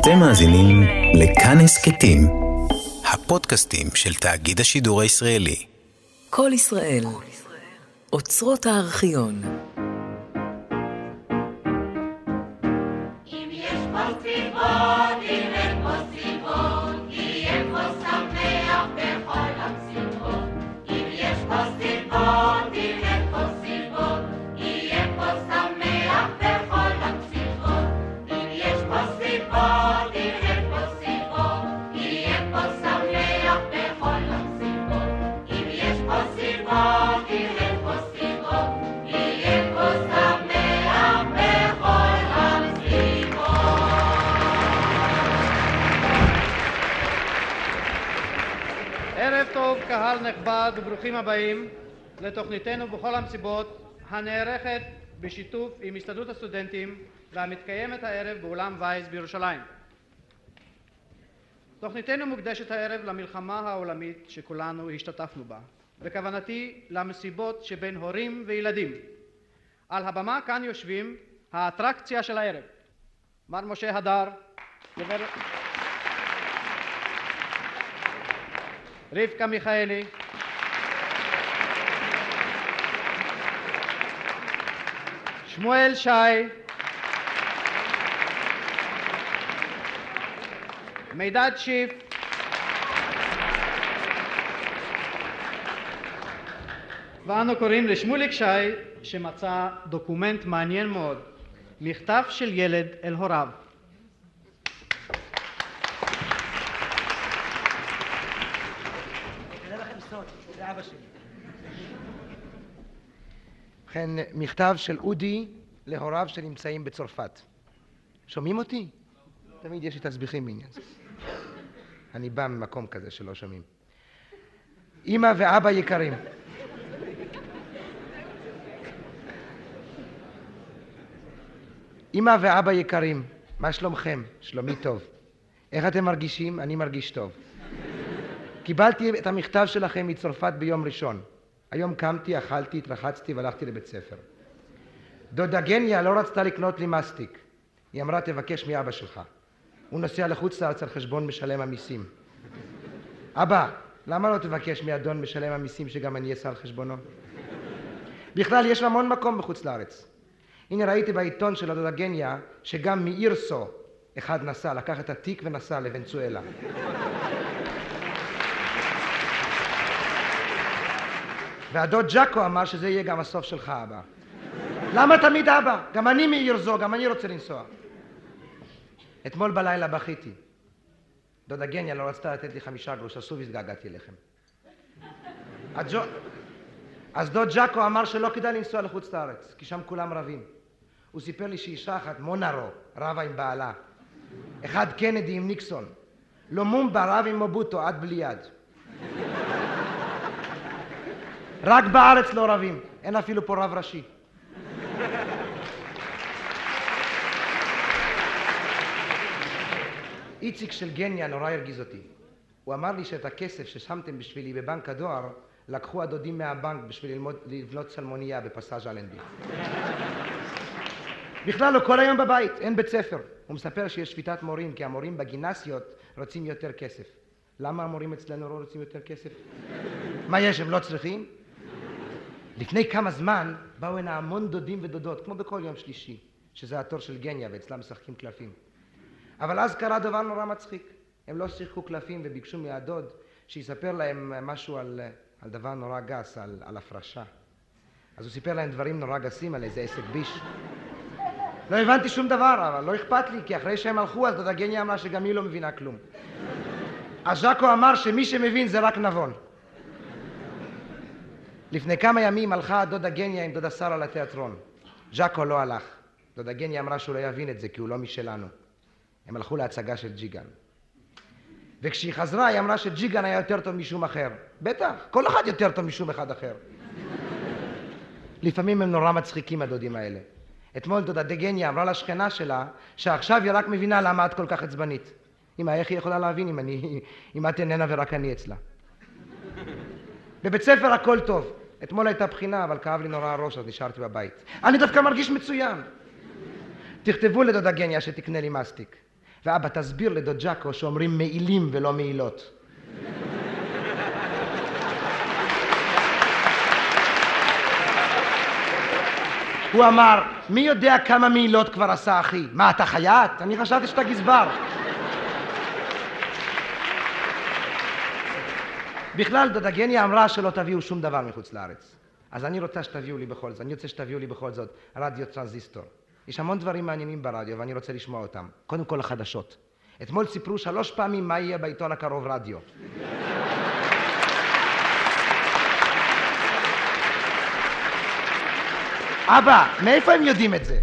אתם מאזינים לכאן הסכתים, הפודקאסטים של תאגיד השידור הישראלי. כל ישראל, אוצרות הארכיון. אם יש פה סיבות, אם אין פה סיבות, יהיה פה שמח בכל המסיבות. אם יש פה סיבות, אם אין פה סיבות, יהיה פה שמח בכל המסיבות. אם יש פה סיבות, אם אין פה סיבות, יהיה פה שמח בכל המסיבות. אם יש פה סיבות, אם אין פה סיבות, יהיה פה שמח בכל המסיבות. ערב טוב, קהל נכבד, וברוכים הבאים לתוכניתנו בכל המסיבות, הנערכת בשיתוף עם הסתדרות הסטודנטים והמתקיימת הערב באולם וייס בירושלים. תוכניתנו מוקדשת הערב למלחמה העולמית שכולנו השתתפנו בה, בכוונתי למסיבות שבין הורים וילדים. על הבמה כאן יושבים האטרקציה של הערב, מר משה הדר, גברת רבקה מיכאלי, שמואל שי, מידד שיף, ואנו קוראים לשמוליק שי שמצא דוקומנט מעניין מאוד, מכתב של ילד אל הוריו. ובכן, מכתב של אודי להוריו שנמצאים בצרפת. שומעים אותי? תמיד יש לי תסביכים בעניין זה. אני בא ממקום כזה שלא שומעים. אמא ואבא יקרים, אמא ואבא יקרים, מה שלומכם? שלומי טוב. איך אתם מרגישים? אני מרגיש טוב. קיבלתי את המכתב שלכם מצרפת ביום ראשון. היום קמתי, אכלתי, התרחצתי והלכתי לבית ספר. דודה גניה לא רצתה לקנות לי מסטיק. היא אמרה, תבקש מאבא שלך. הוא נוסע לחוץ לארץ על חשבון משלם המיסים. אבא, למה לא תבקש מאדון משלם המיסים שגם אני אעשה על חשבונו? בכלל, יש המון מקום בחוץ לארץ. הנה ראיתי בעיתון של הדודה גניה שגם מאירסו אחד נסע, לקח את התיק ונסע לוונצואלה. והדוד ג'קו אמר שזה יהיה גם הסוף שלך, אבא. למה תמיד אבא? גם אני מאירזו, גם אני רוצה לנסוע. אתמול בלילה בכיתי. דודה גניה לא רצתה לתת לי 5 גרוש, אסור והתגעגעתי אליכם. אז דוד ג'קו אמר שלא כדאי לנסוע לחוץ לארץ, כי שם כולם רבים. הוא סיפר לי שאישה אחת, מונרו, רבה עם בעלה. אחד קנדי עם ניקסון. לומומבה רב עם מובוטו, עד בלי יד. רק בארץ לא רבים, אין אפילו פה רב ראשי. איציק של גניה נורא הרגיז אותי. הוא אמר לי שאת הכסף ששמתם בשבילי בבנק הדואר, לקחו הדודים מהבנק בשביל לבנות סלמוניה בפסאז' אלנבי. בכלל הוא כל היום בבית, אין בית ספר. הוא מספר שיש שביתת מורים, כי המורים בגינסיות רוצים יותר כסף. למה המורים אצלנו לא רוצים יותר כסף? מה יש, הם לא צריכים? לפני כמה זמן באו הנה המון דודים ודודות, כמו בכל יום שלישי, שזה התור של גניה, ואצלם משחקים קלפים. אבל אז קרה דבר נורא מצחיק. הם לא שיחקו קלפים וביקשו מהדוד שיספר להם משהו על דבר נורא גס, על הפרשה. אז הוא סיפר להם דברים נורא גסים על איזה עסק ביש. לא הבנתי שום דבר, אבל לא אכפת לי, כי אחרי שהם הלכו, אז דודה גניה אמרה שגם היא לא מבינה כלום. אז ז'קו אמר שמי שמבין זה רק נבון. לפני כמה ימים הלכה דודה גניה עם דודה שרה לתיאטרון. ז'קו לא הלך. דודה גניה אמרה שהוא לא יבין את זה, כי הוא לא משלנו. הם הלכו להצגה של ג'יגן. וכשהיא חזרה, היא אמרה שג'יגן היה יותר טוב משום אחר. בטח, כל אחד יותר טוב משום אחד אחר. לפעמים הם נורא מצחיקים, הדודים האלה. אתמול דודה גניה אמרה לשכנה שלה, שעכשיו היא רק מבינה למה את כל כך עצבנית. אמא, איך היא יכולה להבין אם את איננה ורק אני אצלה? בבית ספר הכל טוב. אתמול הייתה בחינה, אבל כאב לי נורא הראש, אז נשארתי בבית. אני דווקא מרגיש מצוין. תכתבו לדודה גניה שתקנה לי מסטיק. ואבא, תסביר לדוד ג'קו שאומרים מעילים ולא מעילות. הוא אמר, מי יודע כמה מעילות כבר עשה אחי? מה, אתה חייט? אני חשבתי שאתה גזבר. בכלל, דודה גניה אמרה שלא תביאו שום דבר מחוץ לארץ. אז אני רוצה שתביאו לי בכל זאת, אני רוצה שתביאו לי בכל זאת רדיו טרנזיסטור. יש המון דברים מעניינים ברדיו ואני רוצה לשמוע אותם. קודם כל החדשות. אתמול סיפרו 3 פעמים מה יהיה בעיתון הקרוב רדיו. אבא, מאיפה הם יודעים את זה?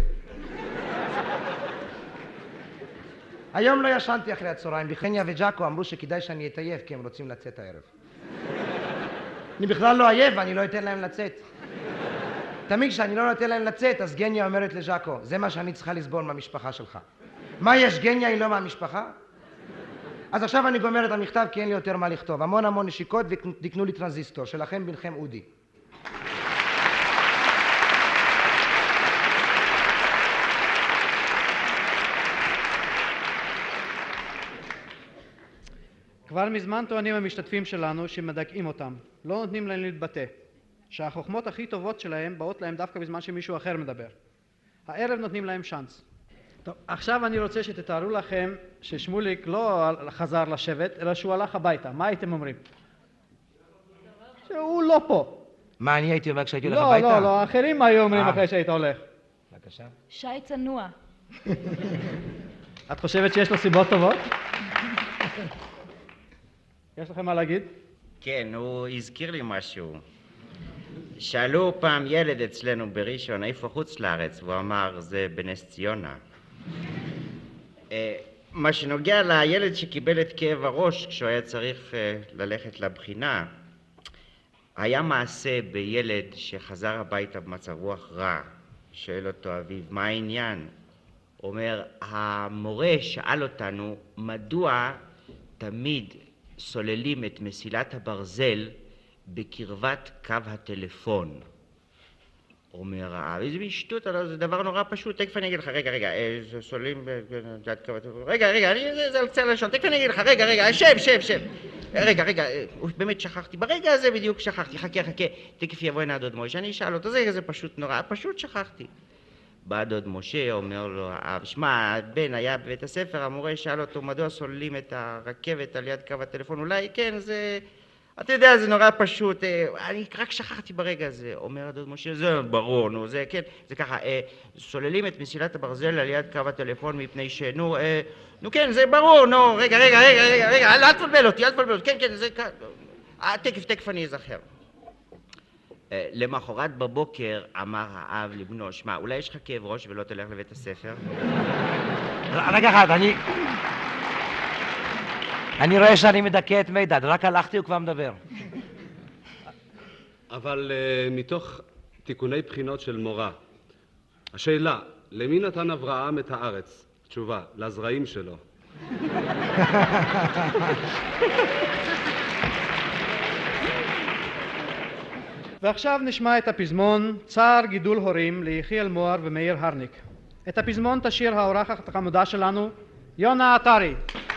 היום לא ישנתי אחרי הצהריים, וחניה וג'קו אמרו שכדאי שאני אתעייף כי הם רוצים לצאת הערב. אני בכלל לא עייף ואני לא אתן להם לצאת. תמיד כשאני לא נותן להם לצאת, אז גניה אומרת לג'קו, זה מה שאני צריכה לסבול מהמשפחה שלך. מה יש, גניה היא לא מהמשפחה? אז עכשיו אני גומר את המכתב כי אין לי יותר מה לכתוב. המון נשיקות ותקנו לי טרנזיסטור, שלכם בנכם אודי. כבר מזמן טוענים המשתתפים שלנו שמדכאים אותם, לא נותנים להם להתבטא, שהחוכמות הכי טובות שלהם באות להם דווקא בזמן שמישהו אחר מדבר. הערב נותנים להם צ'אנס. טוב, עכשיו אני רוצה שתתארו לכם ששמוליק לא חזר לשבת, אלא שהוא הלך הביתה. מה הייתם אומרים? שהוא לא פה. מה אני הייתי אומר כשהייתי הולך הביתה? לא, האחרים היו אומרים אחרי שהיית הולך. בבקשה. שי צנוע. את חושבת שיש לו סיבות טובות? יש לכם מה להגיד? כן, הוא הזכיר לי משהו. שאלו פעם ילד אצלנו בראשון, איפה חוץ לארץ? והוא אמר, זה בנס ציונה. מה שנוגע לילד שקיבל את כאב הראש כשהוא היה צריך ללכת לבחינה, היה מעשה בילד שחזר הביתה במצב רוח רע. שואל אותו אביו, מה העניין? אומר, המורה שאל אותנו, מדוע תמיד סוללים את מסילת הברזל בקרבת קו הטלפון? אומר האב, איזה שטות, זה דבר נורא פשוט, תכף אני אגיד לך, רגע, סוללים בקרבת קו הטלפון, רגע, זה על קצה לשון, תכף אני אגיד לך, רגע, שב, רגע, באמת שכחתי, ברגע הזה בדיוק שכחתי, חכה, תכף יבוא הנה דוד משה, אני אשאל אותו, זה פשוט נורא, פשוט שכחתי. בא דוד משה, אומר לו, שמע, בן היה בבית הספר, המורה שאל אותו, מדוע סוללים את הרכבת על יד קו הטלפון? אולי כן, זה, אתה יודע, זה נורא פשוט, אני רק שכחתי ברגע הזה. אומר דוד משה, זה ברור, נו, זה כן, זה ככה, סוללים את מסילת הברזל על יד קו הטלפון מפני נו כן, זה ברור, נו, רגע, אל תבלבל אותי, כן, זה ככה, תכף אני אזכר. למחרת בבוקר אמר האב לבנו, שמע, אולי יש לך כאב ראש ולא תלך לבית הספר? רגע אחד, אני רואה שאני מדכא את מידד, רק הלכתי הוא כבר מדבר. אבל מתוך תיקוני בחינות של מורה, השאלה, למי נתן אברהם את הארץ? תשובה, לזרעים שלו. ועכשיו נשמע את הפזמון צער גידול הורים ליחיאל מוהר ומאיר הרניק. את הפזמון תשיר האורחת החמודה שלנו, יונה עטרי.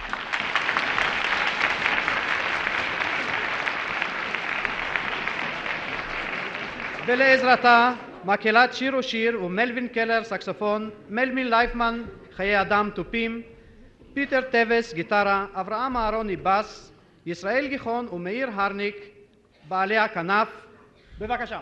ולעזרתה מקהלת שיר ושיר ומלווין קלר סקסופון, מלמין לייפמן חיי אדם תופים, פיטר טבס גיטרה, אברהם אהרוני בס, ישראל גיחון ומאיר הרניק בעלי הכנף. בבקשה.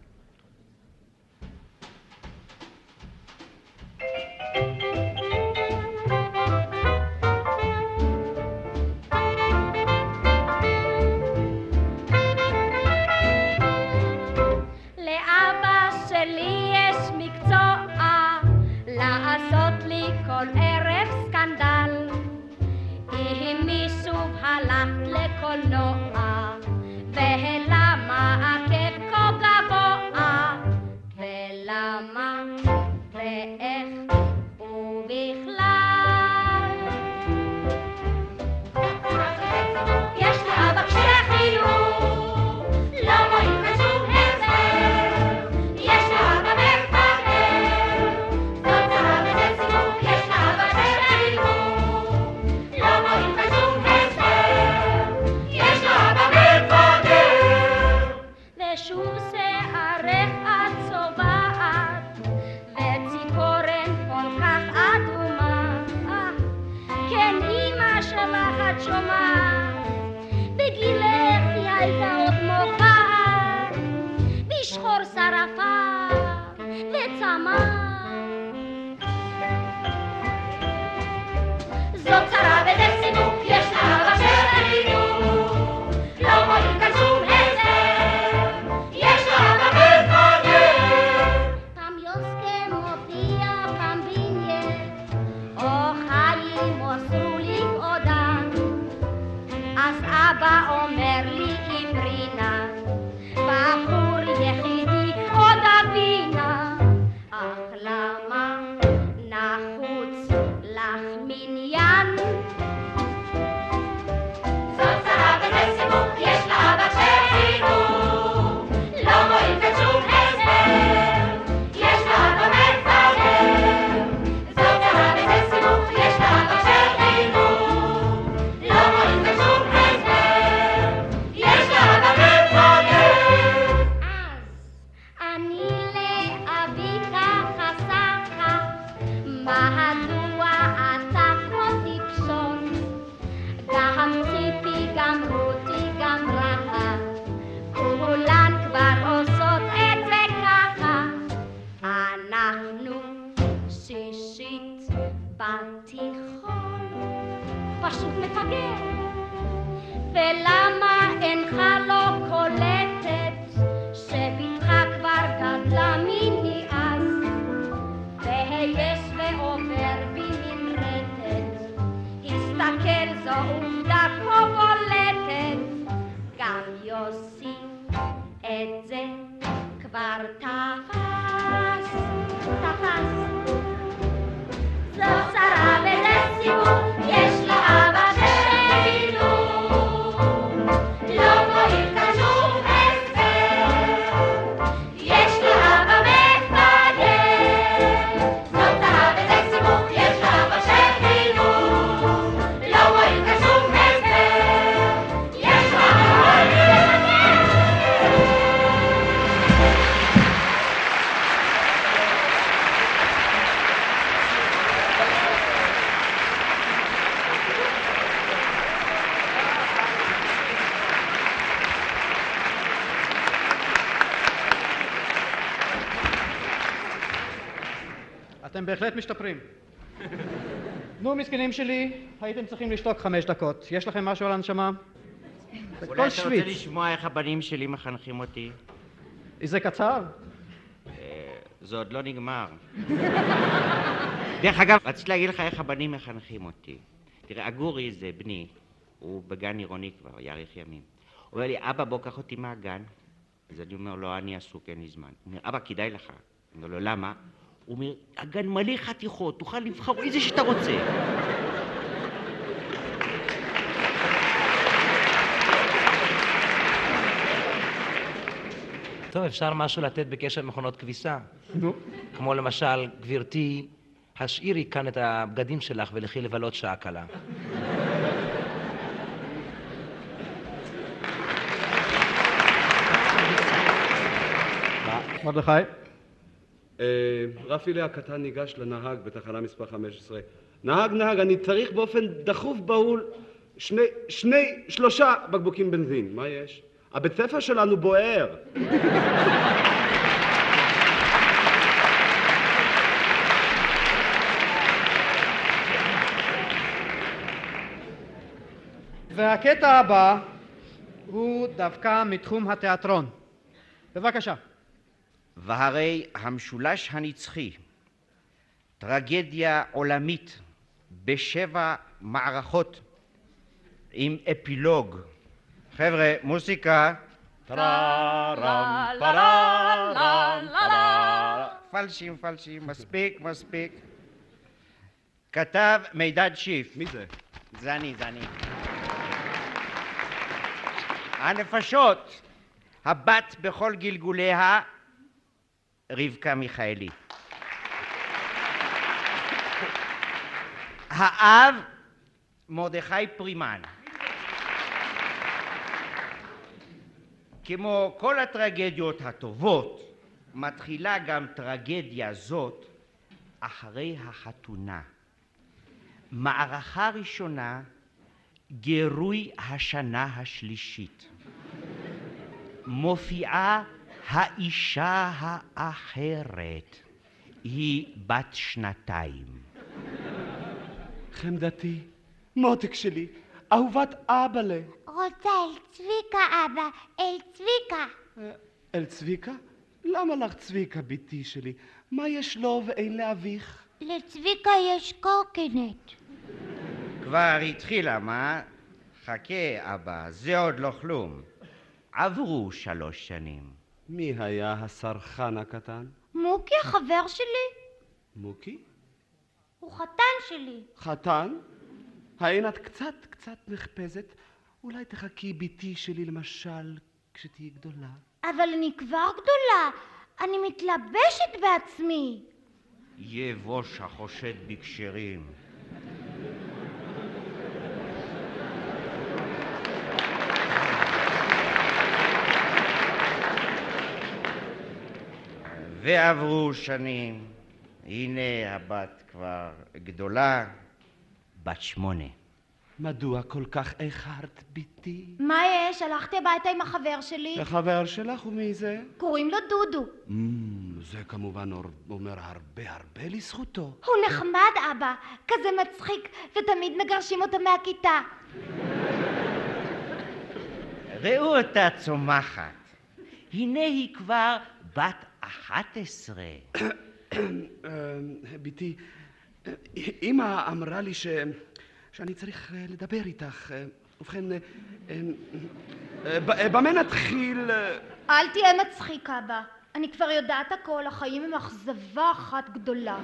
לאבא שלי יש מקצוע לעשות לי כל ערב סקנדל. אם מישהו הלך לקולנוע ולמה עקב כה גבוה ולמה ואיך ובכלל יש לאבא קשה חינוך לא מועיל בשום הסבר יש לאבא מפגר זאת צרה וזה סיבוב יש לאבא קשה חינוך צולחת שומעת, בגילך ילדה עוד מופעת, בשחור שרפה וצמא. זאת צרה וזה סיבוב, יש לה אבא שרינו, לא מועיל כאן שום הסבר, יש לה אבא מפגר. פעם יוסקה מופיע, פעם בניין, או חיים אוסרו לגעודן, אז אבא אומר לי אמרינה, בחור יחידי עוד אבינה, אך למה נחוץ לך מניין? זאת צרה וזה סיבוב, יש לה אבא שרינו, לא מועיל כאן שום הסבר, יש לה אבא מפגר. זאת צרה וזה סיבוב, יש לה אבא שרינו, לא מועיל כאן שום הסבר, יש לה אבא מפגר. אז אני לאבי ככה סחה, מדוע אתה כה טיפשון? גם ציפי, גם רותי, גם רחה, כולן כבר עושות את זה ככה. אנחנו שישית בתיכון, פשוט מפגר. ולמה אינך לא קולטת שבתך כבר גדלה מיני אז, והיש ועובר בי מן רטט, הסתכל זו עובדה כה בולטת. גם יוסי את זה כבר תפס. זו צרה וזה סיבוב, יש לה אבא שרינו, לא מועיל כאן שום הסבר, יש לה אבא מפגר. זאת צרה וזה סיבוב, יש לה אבא שרינו, לא מועיל כאן שום הסבר, יש לה אבא מפגר. אתם בהחלט משתפרים. נו, מסכנים שלי, הייתם צריכים לשתוק 5 דקות. יש לכם משהו על הנשמה? אולי בכל אתה רוצה שוויץ. לשמוע איך הבנים שלי מחנכים אותי? זה קצר? זה עוד לא נגמר. דרך אגב, רציתי להגיד לך איך הבנים מחנכים אותי. תראה, אגורי זה בני, הוא בגן עירוני כבר, יאריך ימים. הוא אומר לי, אבא בוא קח אותי מהגן. אז אני אומר לו, אני עסוק, אין לי זמן. הוא אומר, אבא כדאי לך. אני אומר לו, למה? הוא אומר, הגן מלא חתיכות, תוכל לבחור איזה שאתה רוצה. טוב, אפשר משהו לתת בקשר למכונות כביסה. נו. כמו למשל, גברתי, השאירי כאן את הבגדים שלך ולכי לבלות שעה קלה. מרדכי? רפי לאה הקטן ניגש לנהג בתחנה מספר 15. נהג, אני צריך באופן דחוף בהול 3 בקבוקים בנזין. מה יש? הבית ספר שלנו בוער. והקטע הבא הוא דווקא מתחום התיאטרון. בבקשה. והרי המשולש הנצחי, טרגדיה עולמית ב7 מערכות עם אפילוג. חבר'ה, מוסיקה. טררם, טררם, טררם. פלשים, מספיק. כתב מידד שיף. מי זה? זה אני. הנפשות, הבת בכל גלגוליה, רבקה מיכאלי. האב, מרדכי פרימן. כמו כל הטרגדיות הטובות, מתחילה גם טרגדיה זאת אחרי החתונה. מערכה ראשונה גירוי השנה השלישית. מופיעה האישה האחרת. היא בת 2. חמדתי, מותק שלי, אהובת אבאלה. רוצה אל צביקה, אבא, אל צביקה. אל צביקה? למה לך צביקה, ביתי שלי? מה יש לו ואין לאביך? לצביקה יש קורקינט. כבר התחילה, מה? חכה, אבא, זה עוד לא כלום. עברו 3 שנים. מי היה הסרחן הקטן? מוקי החבר שלי? מוקי? הוא חתן שלי. חתן? האין את קצת נחפזת? אולי תחכי ביתי שלי למשל כשתהיי גדולה. אבל אני כבר גדולה. אני מתלבשת בעצמי. יבוש החושד בקשרים. ועברו שנים. הנה הבת כבר גדולה, בת 8. מדוע כל כך איחרת, ביתי? מה יש? הלכתי הביתה עם החבר שלי. החבר שלך ומי זה? קוראים לו דודו. זה כמובן אומר הרבה לזכותו. הוא נחמד, אבא. כזה מצחיק, ותמיד מגרשים אותו מהכיתה. ראו אותה צומחת. הנה היא כבר בת 11. ביתי, אמא אמרה לי שאני צריך לדבר איתך. ובכן, במה נתחיל? אל תהיה מצחיק, אבא. אני כבר יודעת הכל. החיים הם אכזבה אחת גדולה.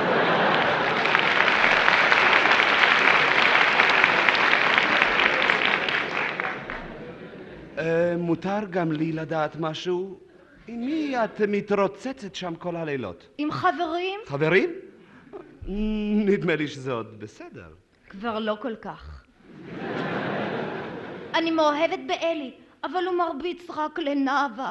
מותר גם לי לדעת משהו? עם מי את מתרוצצת שם כל הלילות? עם חברים? חברים? נדמה לי שזה עוד בסדר. כבר לא כל כך. אני מאוהבת באלי, אבל הוא מרביץ רק לנאווה.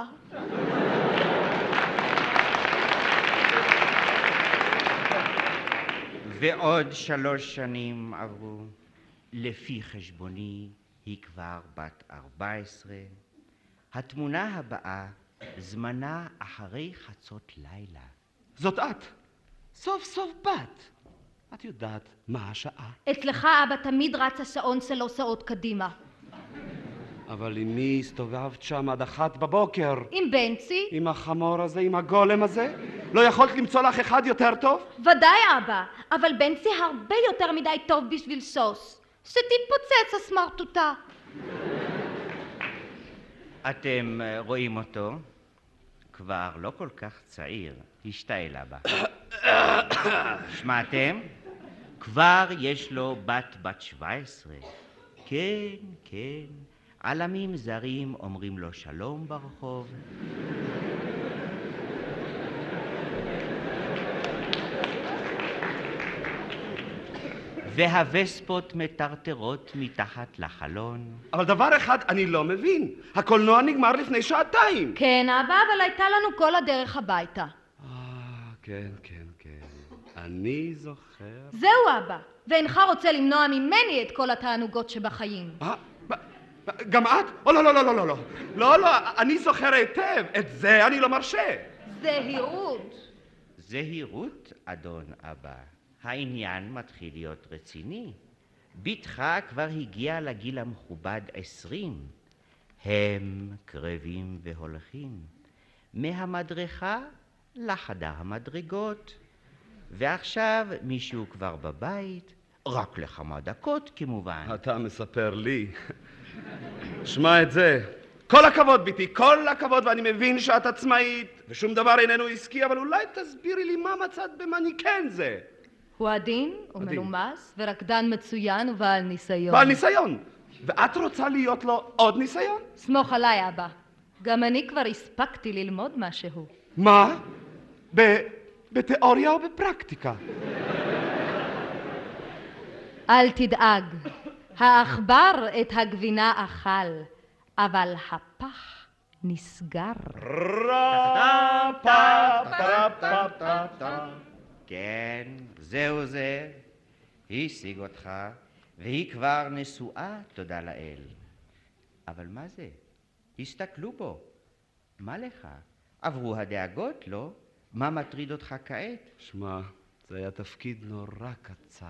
ועוד 3 שנים עברו. לפי חשבוני היא כבר בת 14. התמונה הבאה זמנה אחרי חצות לילה. זאת את. סוף סוף בת. את יודעת מה השעה. אצלך, אבא, תמיד רץ השעון 3 שעות קדימה. אבל עם מי הסתובבת שם עד 1 בבוקר? עם בנצי? עם החמור הזה, עם הגולם הזה? לא יכולת למצוא לך אחד יותר טוב? ודאי, אבא. אבל בנצי הרבה יותר מדי טוב בשביל סוס. שתתפוצץ הסמרטוטה. אתם רואים אותו? כבר לא כל כך צעיר. השתעל אבא. שמעתם? כבר יש לו בת 17. כן. עלמים זרים אומרים לו שלום ברחוב. והווספות מטרטרות מתחת לחלון. אבל דבר אחד אני לא מבין. הקולנוע נגמר לפני 2 שעות. כן, אבא, אבל הייתה לנו כל הדרך הביתה. כן. אני זוכר. זהו, אבא. ואינך רוצה למנוע ממני את כל התענוגות שבחיים. גם את? לא, אני זוכר היטב. את זה אני לא מרשה. זהירות, אדון אבא. העניין מתחיל להיות רציני. בתך כבר הגיע לגיל המכובד 20. הם קרבים והולכים. מהמדרכה לחדר המדרגות. ועכשיו מישהו כבר בבית, רק לכמה דקות כמובן. אתה מספר לי. שמע את זה. כל הכבוד ביתי, כל הכבוד, ואני מבין שאת עצמאית ושום דבר איננו עסקי, אבל אולי תסבירי לי מה מצאת במניקן זה. הוא עדין, הוא מנומס, ורקדן מצוין ובעל ניסיון. בעל ניסיון? ואת רוצה להיות לו עוד ניסיון? סמוך עליי, אבא. גם אני כבר הספקתי ללמוד משהו. מה? בתיאוריה או בפרקטיקה? אל תדאג. העכבר את הגבינה אכל, אבל הפח נסגר. כן, זהו זה. השיג אותך. והיא כבר נשואה, תודה לאל. אבל מה זה? הסתכלו בו. מה לך? עברו הדאגות, לא? מה מטריד אותך כעת? שמע, זה היה תפקיד נורא קצר.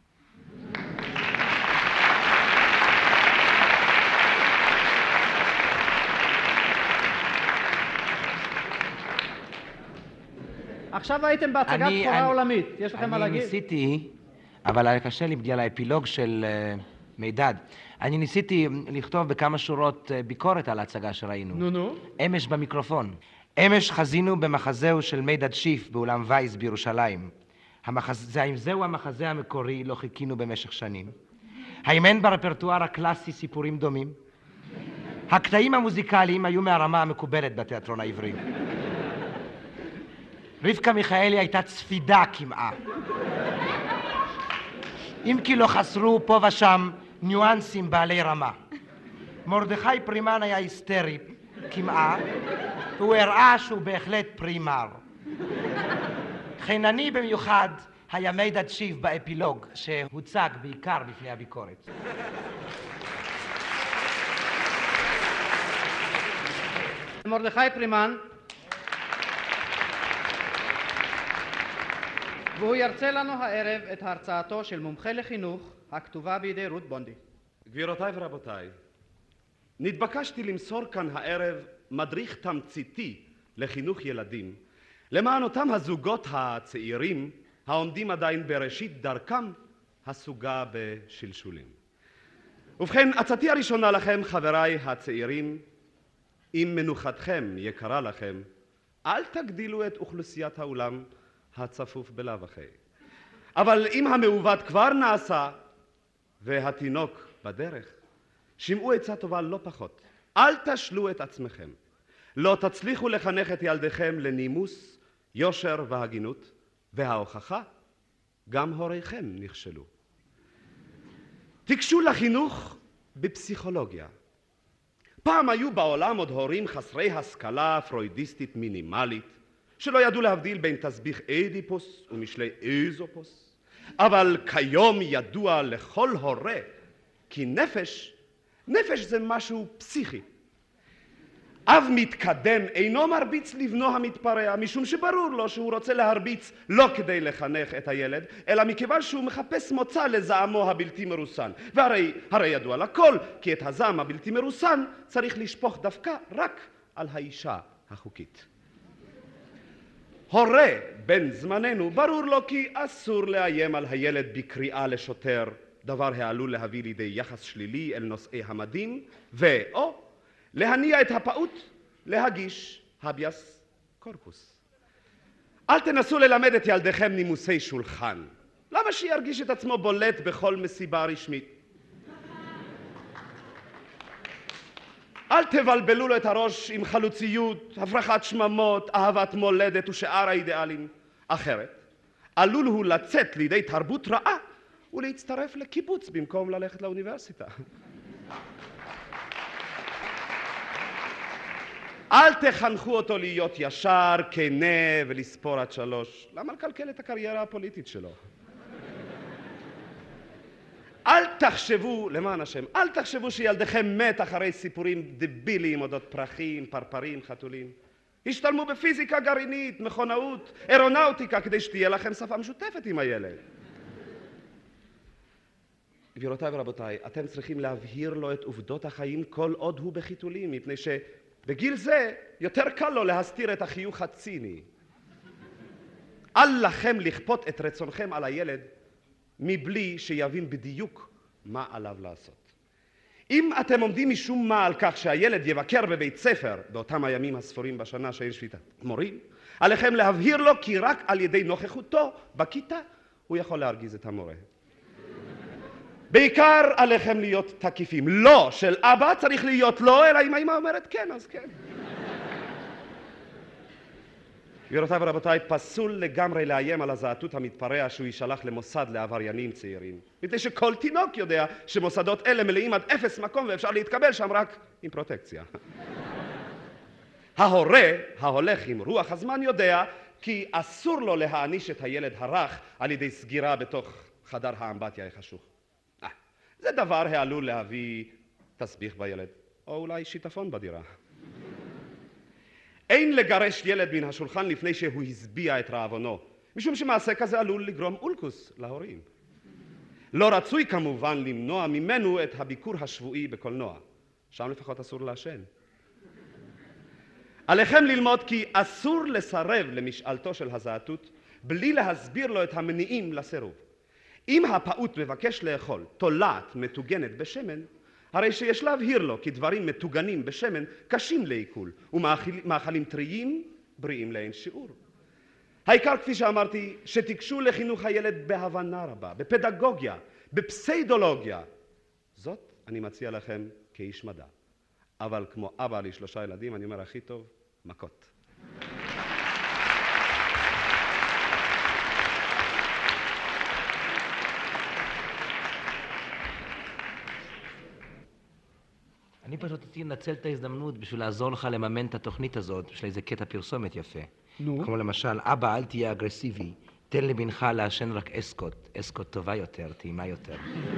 עכשיו הייתם בהצגת בכורה עולמית, יש לכם מה להגיד? אני ניסיתי, אבל היה קשה לי בגלל האפילוג של מידד. אני ניסיתי לכתוב בכמה שורות ביקורת על ההצגה שראינו. נו. אמש במיקרופון. אמש חזינו במחזהו של מידד שיף באולם וייס בירושלים. האם זהו המחזה המקורי לא חיכינו במשך שנים? האם אין ברפרטואר הקלאסי סיפורים דומים? הקטעים המוזיקליים היו מהרמה המקובלת בתיאטרון העברי. רבקה מיכאלי הייתה צפידה כמעה. אם כי לא חסרו פה ושם ניואנסים בעלי רמה. מרדכי פרימן היה היסטרי כמעה, והוא הראה שהוא בהחלט פרימר. חינני במיוחד היה מידד שיף באפילוג, שהוצג בעיקר בפני הביקורת. מרדכי פרימן, והוא ירצה לנו הערב את הרצאתו של מומחה לחינוך הכתובה בידי רות בונדי. גבירותיי ורבותיי, נתבקשתי למסור כאן הערב מדריך תמציתי לחינוך ילדים למען אותם הזוגות הצעירים העומדים עדיין בראשית דרכם הסוגה בשלשולים. ובכן, עצתי הראשונה לכם, חבריי הצעירים, אם מנוחתכם יקרה לכם, אל תגדילו את אוכלוסיית האולם הצפוף בלאו הכי. אבל אם המעוות כבר נעשה והתינוק בדרך, שמעו עצה טובה לא פחות. אל תשלו את עצמכם. לא תצליחו לחנך את ילדיכם לנימוס, יושר והגינות, וההוכחה, גם הוריכם נכשלו. תיגשו לחינוך בפסיכולוגיה. פעם היו בעולם עוד הורים חסרי השכלה פרוידיסטית מינימלית, שלא ידעו להבדיל בין תסביך אדיפוס ומשלי איזופוס, אבל כיום ידוע לכל הורה כי נפש זה משהו פסיכי. אב מתקדם אינו מרביץ לבנו המתפרע, משום שברור לו שהוא רוצה להרביץ לא כדי לחנך את הילד, אלא מכיוון שהוא מחפש מוצא לזעמו הבלתי מרוסן. והרי ידוע לכל כי את הזעם הבלתי מרוסן צריך לשפוך דווקא רק על האישה החוקית. הורה בן זמננו ברור לו כי אסור לאיים על הילד בקריאה לשוטר, דבר העלול להביא לידי יחס שלילי אל נושאי המדים, או להניע את הפעוט להגיש הביאס קורפוס. אל תנסו ללמד את ילדיכם נימוסי שולחן. למה שירגיש את עצמו בולט בכל מסיבה רשמית? אל תבלבלו לו את הראש עם חלוציות, הפרחת שממות, אהבת מולדת ושאר האידיאלים. אחרת, עלול הוא לצאת לידי תרבות רעה ולהצטרף לקיבוץ במקום ללכת לאוניברסיטה. אל תחנכו אותו להיות ישר, כנה ולספור עד 3. למה לקלקל את הקריירה הפוליטית שלו? אל תחשבו, למען השם, אל תחשבו שילדיכם מת אחרי סיפורים דביליים אודות פרחים, פרפרים, חתולים. השתלמו בפיזיקה גרעינית, מכונאות, אירונאוטיקה, כדי שתהיה לכם שפה משותפת עם הילד. גבירותיי ורבותיי, אתם צריכים להבהיר לו את עובדות החיים כל עוד הוא בחיתולים, מפני שבגיל זה יותר קל לו להסתיר את החיוך הציני. אל לכם לכפות את רצונכם על הילד מבלי שיבין בדיוק מה עליו לעשות. אם אתם עומדים משום מה על כך שהילד יבקר בבית ספר באותם הימים הספורים בשנה שאין שביתת מורים, עליכם להבהיר לו כי רק על ידי נוכחותו בכיתה הוא יכול להרגיז את המורה. בעיקר עליכם להיות תקיפים. לא של אבא צריך להיות לא, אלא אם האמא אומרת כן, אז כן. גבירותיי ורבותיי, פסול לגמרי לאיים על הזעתות המתפרע שהוא יישלח למוסד לעבריינים צעירים. מפני שכל תינוק יודע שמוסדות אלה מלאים עד 0 מקום ואפשר להתקבל שם רק עם פרוטקציה. ההורה ההולך עם רוח הזמן יודע כי אסור לו להעניש את הילד הרך על ידי סגירה בתוך חדר האמבטיה החשוך. זה דבר העלול להביא תסביך בילד, או אולי שיטפון בדירה. אין לגרש ילד מן השולחן לפני שהוא הסביע את רעבונו, משום שמעשה כזה עלול לגרום אולקוס להורים. לא רצוי כמובן למנוע ממנו את הביקור השבועי בקולנוע, שם לפחות אסור לעשן. עליכם ללמוד כי אסור לסרב למשאלתו של הזעתות בלי להסביר לו את המניעים לסירוב. אם הפעוט מבקש לאכול תולעת מטוגנת בשמן, הרי שיש להבהיר לו כי דברים מטוגנים בשמן קשים לעיכול, ומאכלים טריים בריאים לאין שיעור. העיקר, כפי שאמרתי, שתיגשו לחינוך הילד בהבנה רבה, בפדגוגיה, בפסיידולוגיה. זאת אני מציע לכם כאיש מדע. אבל כמו אבא ל3 ילדים, אני אומר הכי טוב, מכות. אני פשוט רציתי לנצל את ההזדמנות בשביל לעזור לך לממן את התוכנית הזאת, בשביל איזה קטע פרסומת יפה. נו? כמו למשל, אבא, אל תהיה אגרסיבי, תן לבנך לעשן רק אסקוט. אסקוט טובה יותר, טעימה יותר.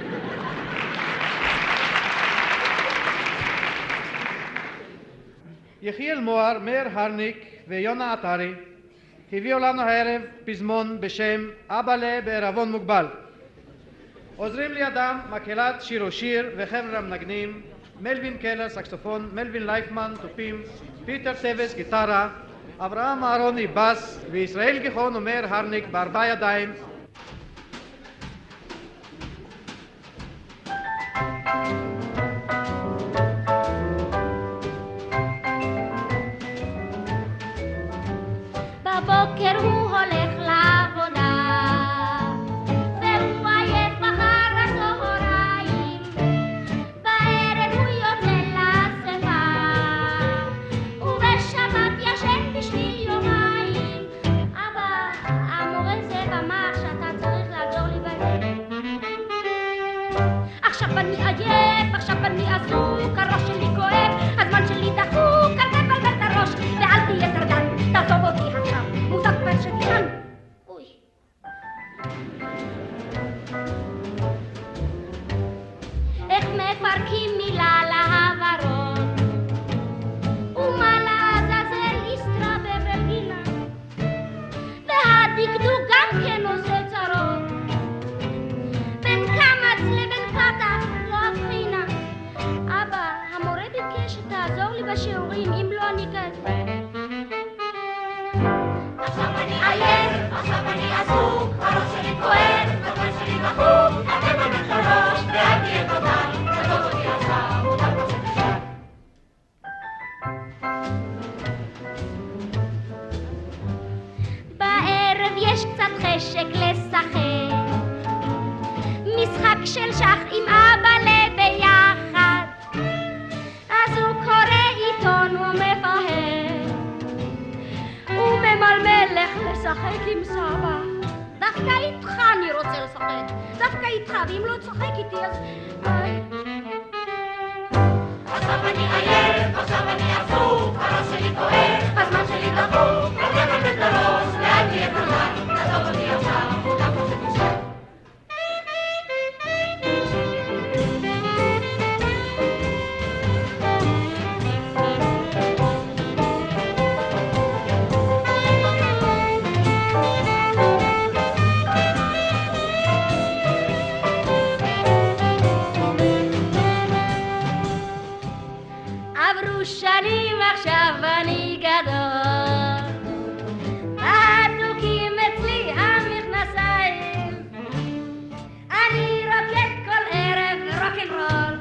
יחיאל מוהר, מאיר הרניק ויונה עטרי הביאו לנו הערב פזמון בשם אבאלה בערבון מוגבל. עוזרים לידם מקהלת שיר ושיר וחבר'ה המנגנים, מלווין קלר סקסופון, מלווין לייפמן תופים, פיטר טבס גיטרה, אברהם אהרוני בס וישראל גיחון ומאיר הרניק ב4 ידיים. בבוקר הוא הולך לעבודה והוא עייף אחר הצהריים, בערב הוא יוצא לאספה ובשבת ישן בשביל יומיים. אבא, המורה זאב אמר שאתה צריך לעזור לי בזה. עכשיו אני עייף, עכשיו אני עסוק, הראש שלי כואב, הזמן שלי דחוק, אל תבלבל את הראש ואל תהיה טרדן, תעזוב אותי עכשיו, מוזק פרשתיין. אוי. איך מפרקים מילה להעברות ומה לעזאזל יסתרבב בגינה, והדקדוק גם כן עושה צרות, בין קמץ לבין פתח לא הבחינה. אבא, המורה ביקש שתעזור לי בשיעורים, אם לא אני כעצבן. עכשיו אני עייף, עכשיו אני עסוק, הראש שלי כואב, הזמן שלי דחוק, אתם בבית הראש ואל תהיה תודה, תעזוב אותי עכשיו, מותר כמו שתשאר. בערב יש קצת חשק לשחק, משחק של שח עם אבא ביחד, אז הוא קורא עיתון ומפהק וממלמל לך לשחק עם סבא. דווקא איתך אני רוצה לשחק, דווקא איתך, ואם לא תשחק איתי אז... עכשיו אני עייף, עכשיו אני עסוק, הראש שלי כואב, הזמן שלי דחוק, אל תבלבל את הראש ואל תהיה תרדן, תעזוב אותי עכשיו, מותר כמו שתשאר. עברו שנים עכשיו אני גדול, הדוקים אצלי המכנסיים, אני רוקד כל ערב רוקנרול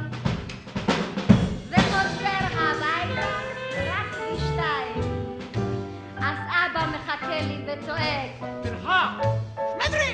וחוזר הביתה רק ב2, אז אבא מחכה לי וצועק תרחק מדריק.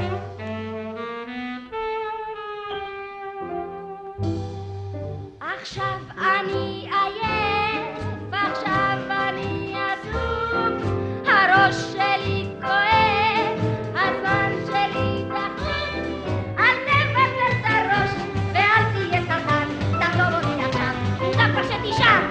עכשיו אני עייף, עכשיו אני עסוק, הראש שלי כואב, הזמן שלי דחוק, אל תבלבל את הראש ואל תהיה טרדן, תעזוב אותי עכשיו, מותר כבר שתישן.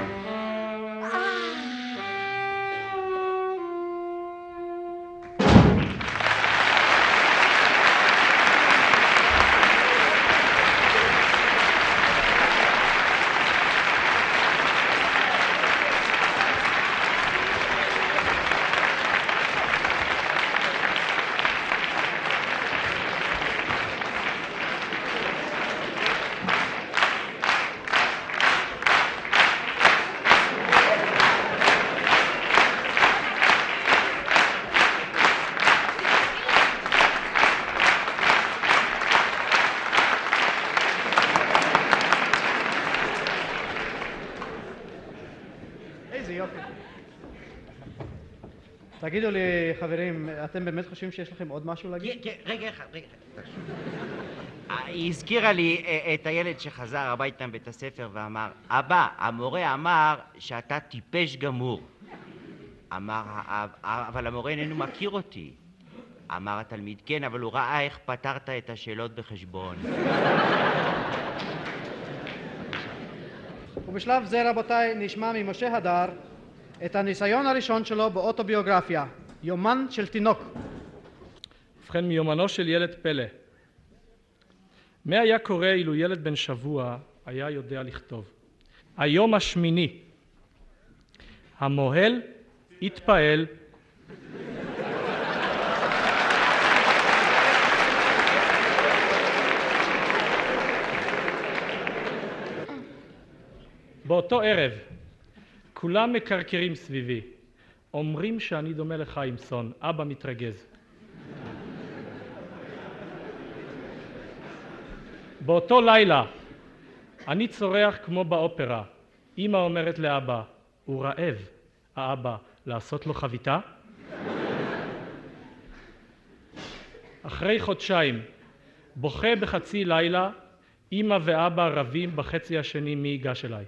תגידו לי, חברים, אתם באמת חושבים שיש לכם עוד משהו להגיד? כן, רגע אחד. היא הזכירה לי את הילד שחזר הביתה מבית הספר ואמר, אבא, המורה אמר שאתה טיפש גמור. אמר האב, אבל המורה איננו מכיר אותי. אמר התלמיד, כן, אבל הוא ראה איך פתרת את השאלות בחשבון. ובשלב זה, רבותיי, נשמע ממשה הדר את הניסיון הראשון שלו באוטוביוגרפיה, יומן של תינוק. ובכן, מיומנו של ילד פלא. מה היה קורה אילו ילד בן שבוע היה יודע לכתוב? היום השמיני, המוהל התפעל. באותו ערב, כולם מקרקרים סביבי, אומרים שאני דומה לחיימסון, אבא מתרגז. באותו לילה, אני צורח כמו באופרה, אמא אומרת לאבא, הוא רעב, האבא, לעשות לו חביתה? אחרי חודשיים, בוכה בחצי לילה, אמא ואבא רבים בחצי השני מי ייגש אליי.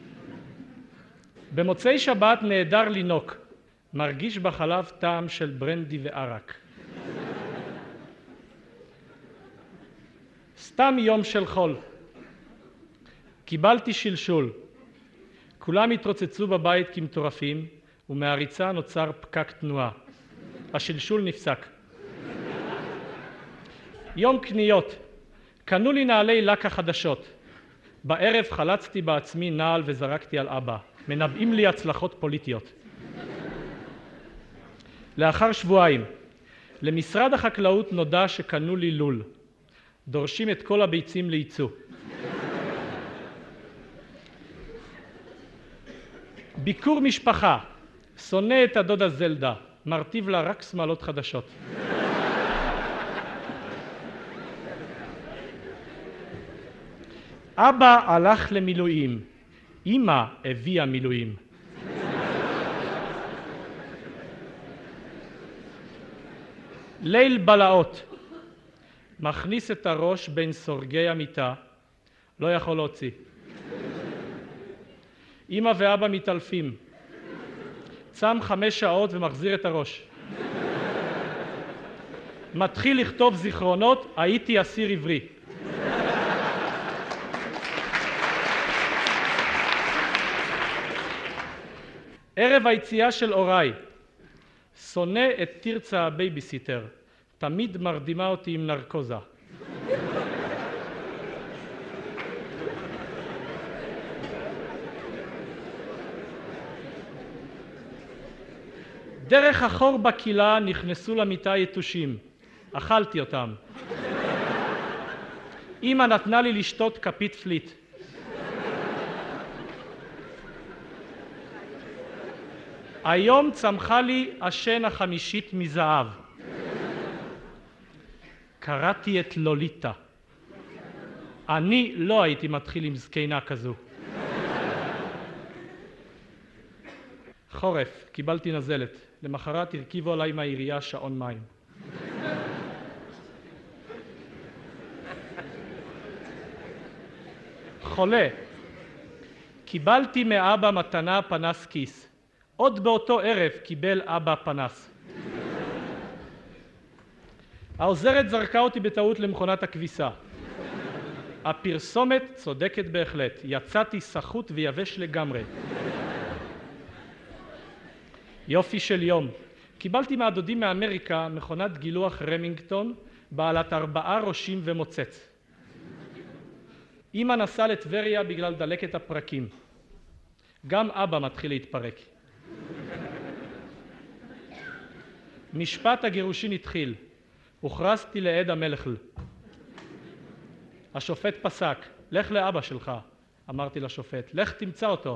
במוצאי שבת נהדר לינוק, מרגיש בחלב טעם של ברנדי וערק. סתם יום של חול. קיבלתי שלשול. כולם התרוצצו בבית כמטורפים, ומהריצה נוצר פקק תנועה. השלשול נפסק. יום קניות. קנו לי נעלי לקה חדשות. בערב חלצתי בעצמי נעל וזרקתי על אבא. מנבאים לי הצלחות פוליטיות. לאחר שבועיים, למשרד החקלאות נודע שקנו לי לול. דורשים את כל הביצים לייצוא. ביקור משפחה, שונא את הדודה זלדה, מרטיב לה רק שמלות חדשות. אבא הלך למילואים, אמא הביאה מילואים. ליל בלעות, מכניס את הראש בין סורגי המיטה, לא יכול להוציא. אמא ואבא מתעלפים, צם 5 שעות ומחזיר את הראש. מתחיל לכתוב זיכרונות, הייתי אסיר עברי. ערב היציאה של אוריי, שונא את תרצה הבייביסיטר, תמיד מרדימה אותי עם נרקוזה. דרך החור בקילה נכנסו למיטה יתושים, אכלתי אותם. אמא נתנה לי לשתות כפית פליט. היום צמחה לי השן החמישית מזהב. קראתי את לוליטה. אני לא הייתי מתחיל עם זקנה כזו. חורף, קיבלתי נזלת. למחרת הרכיבו עליי מהעירייה שעון מים. חולה, קיבלתי מאבא מתנה פנס כיס. עוד באותו ערב קיבל אבא פנס. העוזרת זרקה אותי בטעות למכונת הכביסה. הפרסומת צודקת בהחלט, יצאתי סחוט ויבש לגמרי. יופי של יום. קיבלתי מהדודים מאמריקה מכונת גילוח רמינגטון בעלת 4 ראשים ומוצץ. אמא נסעה לטבריה בגלל דלקת הפרקים. גם אבא מתחיל להתפרק. משפט הגירושין התחיל. הוכרזתי לעד המלכל. השופט פסק, לך לאבא שלך. אמרתי לשופט, לך תמצא אותו.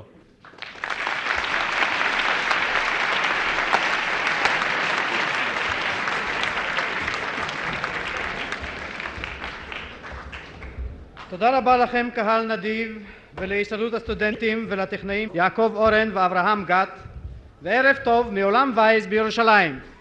תודה רבה לכם קהל נדיב ולהסתדרות הסטודנטים ולטכנאים יעקב אורן ואברהם גת וערב טוב מעולם וייס בירושלים.